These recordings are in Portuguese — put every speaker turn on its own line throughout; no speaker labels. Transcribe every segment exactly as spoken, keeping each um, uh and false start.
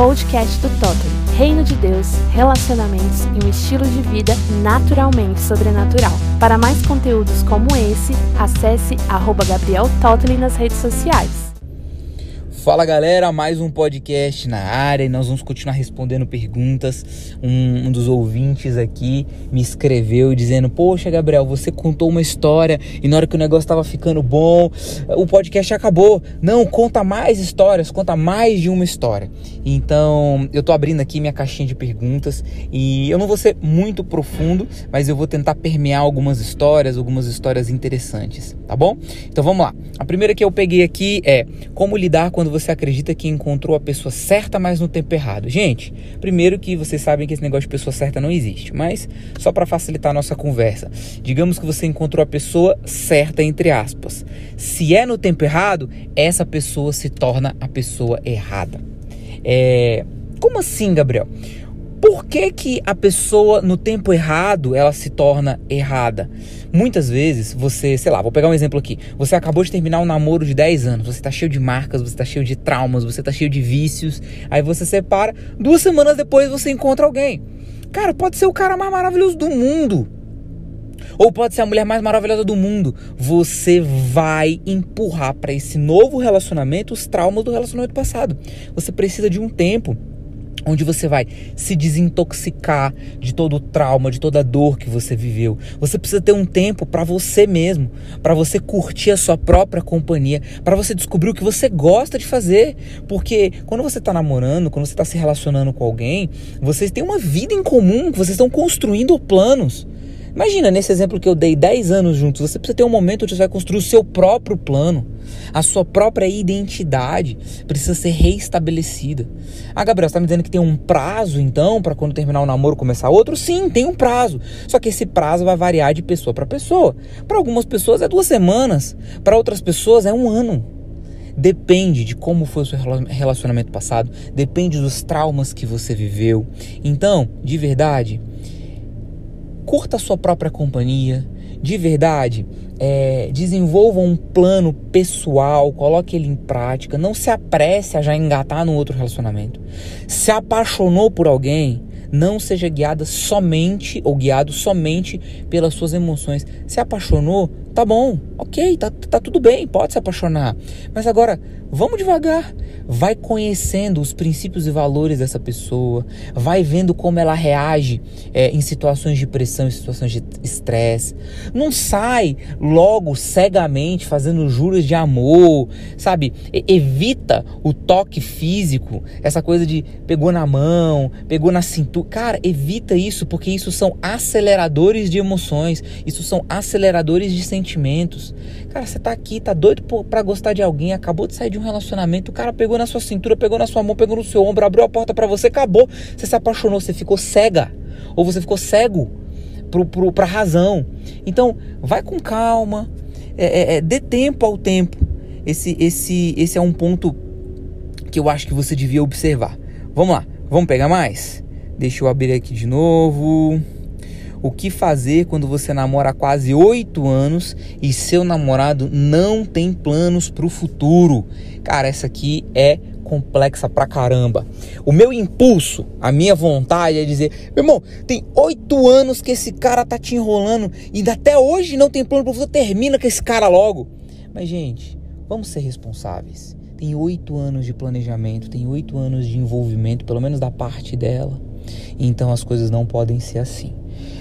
podcast do Totem. Reino de Deus, relacionamentos e um estilo de vida naturalmente sobrenatural. Para mais conteúdos como esse, acesse arroba Gabriel Totley nas redes sociais.
Fala galera, mais um podcast na área e nós vamos continuar respondendo perguntas. Um, um dos ouvintes aqui me escreveu dizendo: poxa Gabriel, você contou uma história e na hora que o negócio estava ficando bom, o podcast acabou. Não, conta mais histórias, conta mais de uma história. Então eu tô abrindo aqui minha caixinha de perguntas e eu não vou ser muito profundo, mas eu vou tentar permear algumas histórias, algumas histórias interessantes, tá bom? Então vamos lá. A primeira que eu peguei aqui é: como lidar quando você acredita que encontrou a pessoa certa, mas no tempo errado? Gente, primeiro que vocês sabem que esse negócio de pessoa certa não existe, mas só para facilitar a nossa conversa, digamos que você encontrou a pessoa certa, entre aspas. Se é no tempo errado, essa pessoa se torna a pessoa errada. É... Como assim, Gabriel? Por que que a pessoa no tempo errado, ela se torna errada? Muitas vezes você, sei lá, vou pegar um exemplo aqui. Você acabou de terminar um namoro de dez anos, você tá cheio de marcas, você tá cheio de traumas, você tá cheio de vícios. Aí você separa, duas semanas depois você encontra alguém. Cara, pode ser o cara mais maravilhoso do mundo. Ou pode ser a mulher mais maravilhosa do mundo. Você vai empurrar para esse novo relacionamento os traumas do relacionamento passado. Você precisa de um tempo onde você vai se desintoxicar de todo o trauma, de toda a dor que você viveu. Você precisa ter um tempo para você mesmo, para você curtir a sua própria companhia, para você descobrir o que você gosta de fazer. Porque quando você está namorando, quando você está se relacionando com alguém, vocês têm uma vida em comum, vocês estão construindo planos. Imagina, nesse exemplo que eu dei, dez anos juntos, você precisa ter um momento onde você vai construir o seu próprio plano. A sua própria identidade precisa ser reestabelecida. Ah, Gabriel, você está me dizendo que tem um prazo, então, para quando terminar o namoro começar outro? Sim, tem um prazo. Só que esse prazo vai variar de pessoa para pessoa. Para algumas pessoas é duas semanas, para outras pessoas é um ano. Depende de como foi o seu relacionamento passado, depende dos traumas que você viveu. Então, de verdade, curta a sua própria companhia, de verdade, é, desenvolva um plano pessoal, coloque ele em prática, não se apresse a já engatar no outro relacionamento. Se apaixonou por alguém, não seja guiada somente ou guiado somente pelas suas emoções. Se apaixonou, tá bom, ok, tá, tá tudo bem, pode se apaixonar. Mas agora, vamos devagar. Vai conhecendo os princípios e valores dessa pessoa. Vai vendo como ela reage é, em situações de pressão, em situações de estresse. Não sai logo cegamente fazendo juros de amor, sabe? E- evita o toque físico, essa coisa de pegou na mão, pegou na cintura. Cara, evita isso, porque isso são aceleradores de emoções. Isso são aceleradores de sentimentos. Cara, você tá aqui, tá doido pra gostar de alguém, acabou de sair de um relacionamento, o cara pegou na sua cintura, pegou na sua mão, pegou no seu ombro, abriu a porta pra você, acabou. Você se apaixonou, você ficou cega. Ou você ficou cego pro, pro, pra razão. Então, vai com calma, é, é, é, dê tempo ao tempo. Esse, esse, esse é um ponto que eu acho que você devia observar. Vamos lá, vamos pegar mais? Deixa eu abrir aqui de novo. O que fazer quando você namora há quase oito anos e seu namorado não tem planos para o futuro? Cara, essa aqui é complexa pra caramba. O meu impulso, a minha vontade é dizer: meu irmão, tem oito anos que esse cara tá te enrolando e até hoje não tem plano para o futuro, termina com esse cara logo. Mas, gente, vamos ser responsáveis. Tem oito anos de planejamento, tem oito anos de envolvimento, pelo menos da parte dela. Então as coisas não podem ser assim.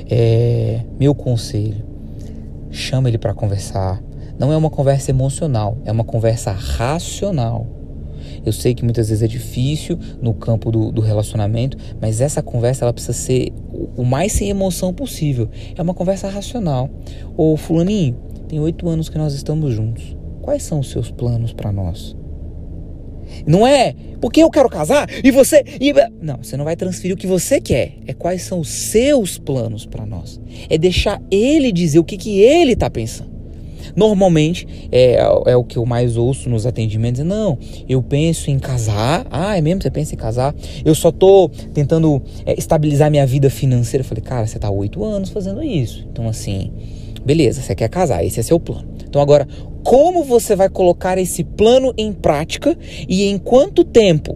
É, meu conselho, chama ele para conversar. Não é uma conversa emocional, é uma conversa racional. Eu sei que muitas vezes é difícil no campo do, do relacionamento, mas essa conversa ela precisa ser o, o mais sem emoção possível. É uma conversa racional. Ô fulaninho, tem oito anos que nós estamos juntos. Quais são os seus planos para nós? Não é porque eu quero casar e você... E... Não, você não vai transferir o que você quer. É quais são os seus planos para nós. É deixar ele dizer o que, que ele está pensando. Normalmente, é, é o que eu mais ouço nos atendimentos. Não, eu penso em casar. Ah, é mesmo? Você pensa em casar? Eu só tô tentando é, estabilizar minha vida financeira. Eu falei, cara, você tá há oito anos fazendo isso. Então, assim, beleza, você quer casar, esse é seu plano. Então, agora, como você vai colocar esse plano em prática e em quanto tempo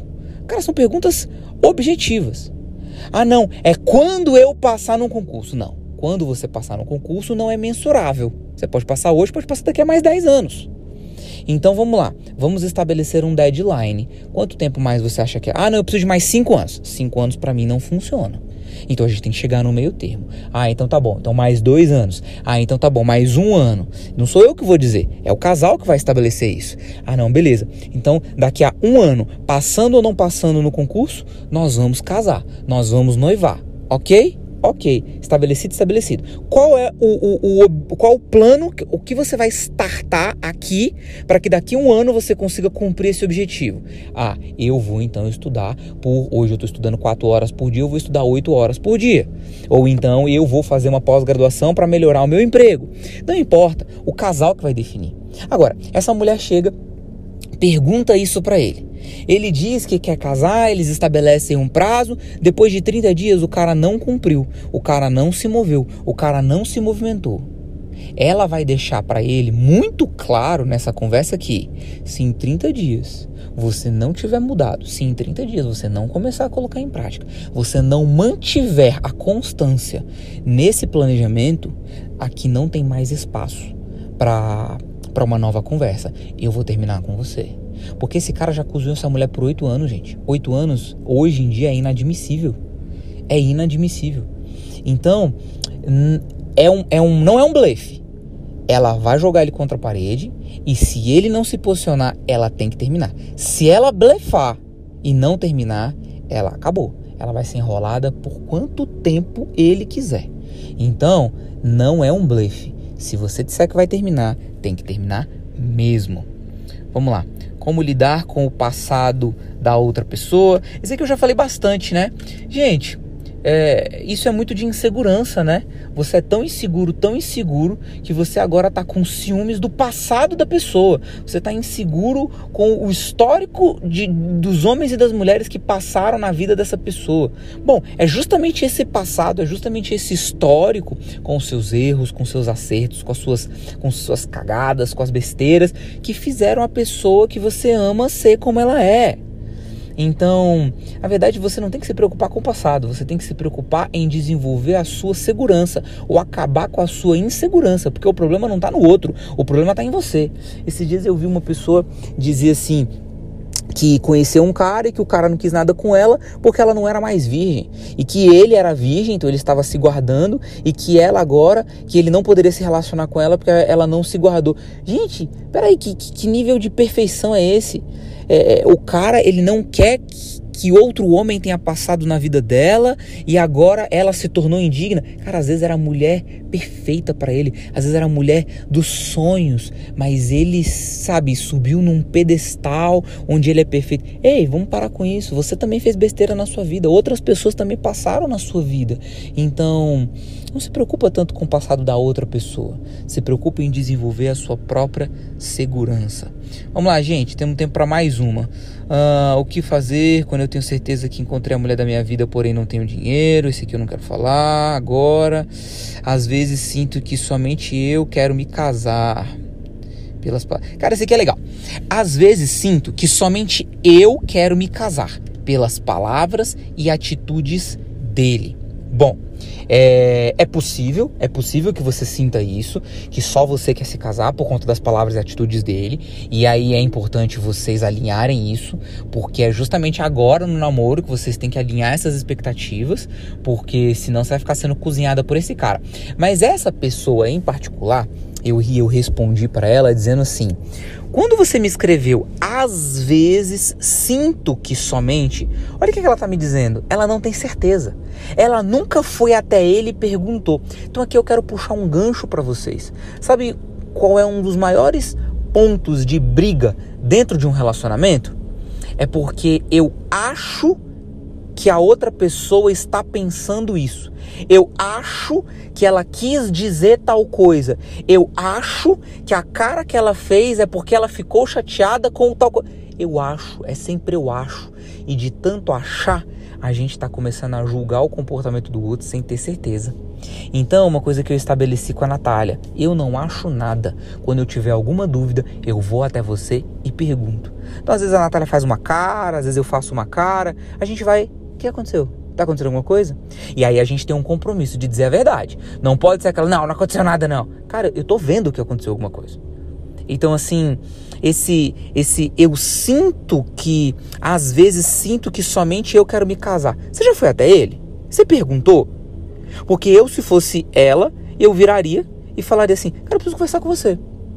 Cara, são perguntas objetivas. Ah, não, é quando eu passar num concurso. Não, quando você passar no concurso não é mensurável. Você pode passar hoje, pode passar daqui a mais dez anos. Então vamos lá, vamos estabelecer um deadline. Quanto tempo mais você acha que é? Ah, não, eu preciso de mais cinco anos. Cinco anos para mim não funciona. Então a gente tem que chegar no meio termo. Ah, então tá bom, então mais dois anos. Ah, então tá bom, mais um ano. Não sou eu que vou dizer, é o casal que vai estabelecer isso. Ah, não, beleza. Então daqui a um ano, passando ou não passando no concurso, nós vamos casar, nós vamos noivar, ok? Ok, estabelecido, estabelecido. Qual é o, o, o, qual o plano, o que você vai startar aqui para que daqui a um ano você consiga cumprir esse objetivo? Ah, eu vou então estudar por, hoje eu estou estudando quatro horas por dia, eu vou estudar oito horas por dia. Ou então eu vou fazer uma pós-graduação para melhorar o meu emprego. Não importa, o casal que vai definir. Agora, essa mulher chega, pergunta isso para ele. Ele diz que quer casar, eles estabelecem um prazo, depois de trinta dias o cara não cumpriu, o cara não se moveu, o cara não se movimentou. Ela vai deixar para ele muito claro nessa conversa que se em trinta dias você não tiver mudado, se em trinta dias você não começar a colocar em prática, você não mantiver a constância nesse planejamento, aqui não tem mais espaço para para uma nova conversa. Eu vou terminar com você. Porque esse cara já cozinhou essa mulher por oito anos, gente. Oito anos, hoje em dia, é inadmissível. É inadmissível. Então, é um, é um, não é um blefe. Ela vai jogar ele contra a parede e se ele não se posicionar, ela tem que terminar. Se ela blefar e não terminar, ela acabou. Ela vai ser enrolada por quanto tempo ele quiser. Então, não é um blefe. Se você disser que vai terminar, tem que terminar mesmo. Vamos lá. Como lidar com o passado da outra pessoa. Isso aqui eu já falei bastante, né? Gente, é, isso é muito de insegurança, né? Você é tão inseguro, tão inseguro, que você agora tá com ciúmes do passado da pessoa. Você tá inseguro com o histórico de, dos homens e das mulheres que passaram na vida dessa pessoa. Bom, é justamente esse passado, é justamente esse histórico, com os seus erros, com os seus acertos, com as suas, com as suas cagadas, com as besteiras, que fizeram a pessoa que você ama ser como ela é. Então, a verdade, você não tem que se preocupar com o passado, você tem que se preocupar em desenvolver a sua segurança ou acabar com a sua insegurança, porque o problema não está no outro, o problema está em você. Esses dias eu vi uma pessoa dizer assim, que conheceu um cara e que o cara não quis nada com ela porque ela não era mais virgem, e que ele era virgem, então ele estava se guardando, e que ela agora, que ele não poderia se relacionar com ela porque ela não se guardou. Gente, peraí, que, que nível de perfeição é esse? É, o cara, ele não quer que, que outro homem tenha passado na vida dela e agora ela se tornou indigna. Cara, às vezes era a mulher perfeita para ele, às vezes era a mulher dos sonhos, mas ele, sabe, subiu num pedestal onde ele é perfeito. Ei, vamos parar com isso. Você também fez besteira na sua vida, outras pessoas também passaram na sua vida. Então, não se preocupa tanto com o passado da outra pessoa, se preocupa em desenvolver a sua própria segurança. Vamos lá, gente, temos tempo para mais uma. Uh, o que fazer quando eu tenho certeza que encontrei a mulher da minha vida, porém não tenho dinheiro? Esse aqui eu não quero falar agora. Às vezes sinto que somente eu quero me casar. Pelas... Cara, esse aqui é legal. Às vezes sinto que somente eu quero me casar pelas palavras e atitudes dele. Bom, é, é possível, é possível que você sinta isso, que só você quer se casar por conta das palavras e atitudes dele, e aí é importante vocês alinharem isso, porque é justamente agora no namoro que vocês têm que alinhar essas expectativas, porque senão você vai ficar sendo cozinhada por esse cara. Mas essa pessoa em particular, eu, eu respondi para ela dizendo assim: quando você me escreveu, às vezes sinto que somente... Olha o que ela tá me dizendo. Ela não tem certeza. Ela nunca foi até ele e perguntou. Então aqui eu quero puxar um gancho para vocês. Sabe qual é um dos maiores pontos de briga dentro de um relacionamento? É porque eu acho que a outra pessoa está pensando isso. Eu acho que ela quis dizer tal coisa. Eu acho que a cara que ela fez é porque ela ficou chateada com tal coisa. Eu acho, é sempre eu acho. E de tanto achar, a gente tá começando a julgar o comportamento do outro sem ter certeza. Então, uma coisa que eu estabeleci com a Natália, eu não acho nada. Quando eu tiver alguma dúvida, eu vou até você e pergunto. Então, às vezes a Natália faz uma cara, às vezes eu faço uma cara, a gente vai, o que aconteceu? Tá acontecendo alguma coisa? E aí a gente tem um compromisso de dizer a verdade. Não pode ser aquela, não, não aconteceu nada não. Cara, eu tô vendo que aconteceu alguma coisa. Então, assim, esse, esse eu sinto que, às vezes sinto que somente eu quero me casar. Você já foi até ele? Você perguntou? Porque eu, se fosse ela, eu viraria e falaria assim, cara, eu preciso conversar com você.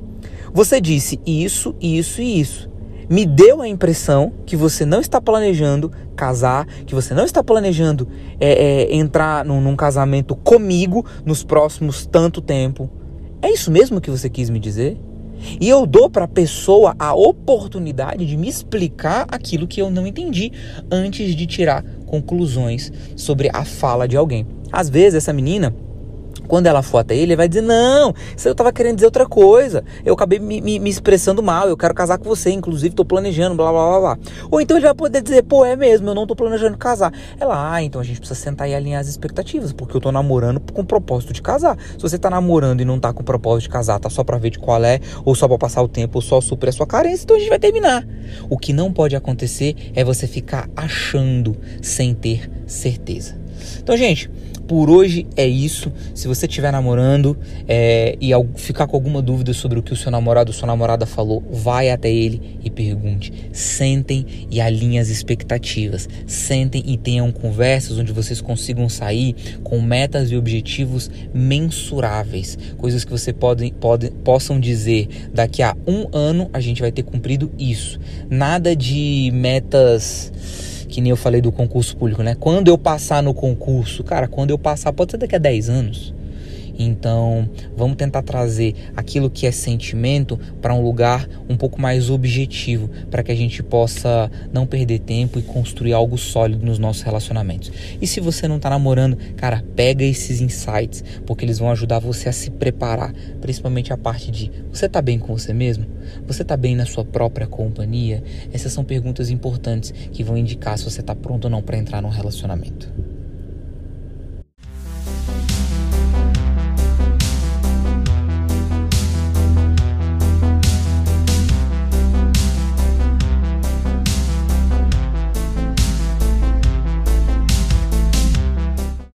Você disse isso, isso e isso. Me deu a impressão que você não está planejando casar, que você não está planejando é, é, entrar num, num casamento comigo nos próximos tanto tempo. É isso mesmo que você quis me dizer? E eu dou para a pessoa a oportunidade de me explicar aquilo que eu não entendi antes de tirar conclusões sobre a fala de alguém. Às vezes essa menina, quando ela for até ele, ele vai dizer, não, eu tava querendo dizer outra coisa, eu acabei me, me, me expressando mal, eu quero casar com você, inclusive tô planejando, blá, blá, blá, blá. Ou então ele vai poder dizer, pô, é mesmo, eu não tô planejando casar. Ela, ah, então a gente precisa sentar e alinhar as expectativas, porque eu tô namorando com o propósito de casar. Se você tá namorando e não tá com o propósito de casar, tá só pra ver de qual é, ou só pra passar o tempo, ou só suprir a sua carência, então a gente vai terminar. O que não pode acontecer é você ficar achando sem ter certeza. Então, gente, por hoje é isso. Se você estiver namorando é, e ficar com alguma dúvida sobre o que o seu namorado ou sua namorada falou, vai até ele e pergunte. Sentem e alinhem as expectativas. Sentem e tenham conversas onde vocês consigam sair com metas e objetivos mensuráveis. Coisas que você pode, pode, possam dizer, daqui a um ano a gente vai ter cumprido isso. Nada de metas... que nem eu falei do concurso público, né? Quando eu passar no concurso, cara, quando eu passar, pode ser daqui a dez anos. Então, vamos tentar trazer aquilo que é sentimento para um lugar um pouco mais objetivo, para que a gente possa não perder tempo e construir algo sólido nos nossos relacionamentos. E se você não tá namorando, cara, pega esses insights, porque eles vão ajudar você a se preparar, principalmente a parte de, você tá bem com você mesmo? Você tá bem na sua própria companhia? Essas são perguntas importantes que vão indicar se você tá pronto ou não para entrar num relacionamento.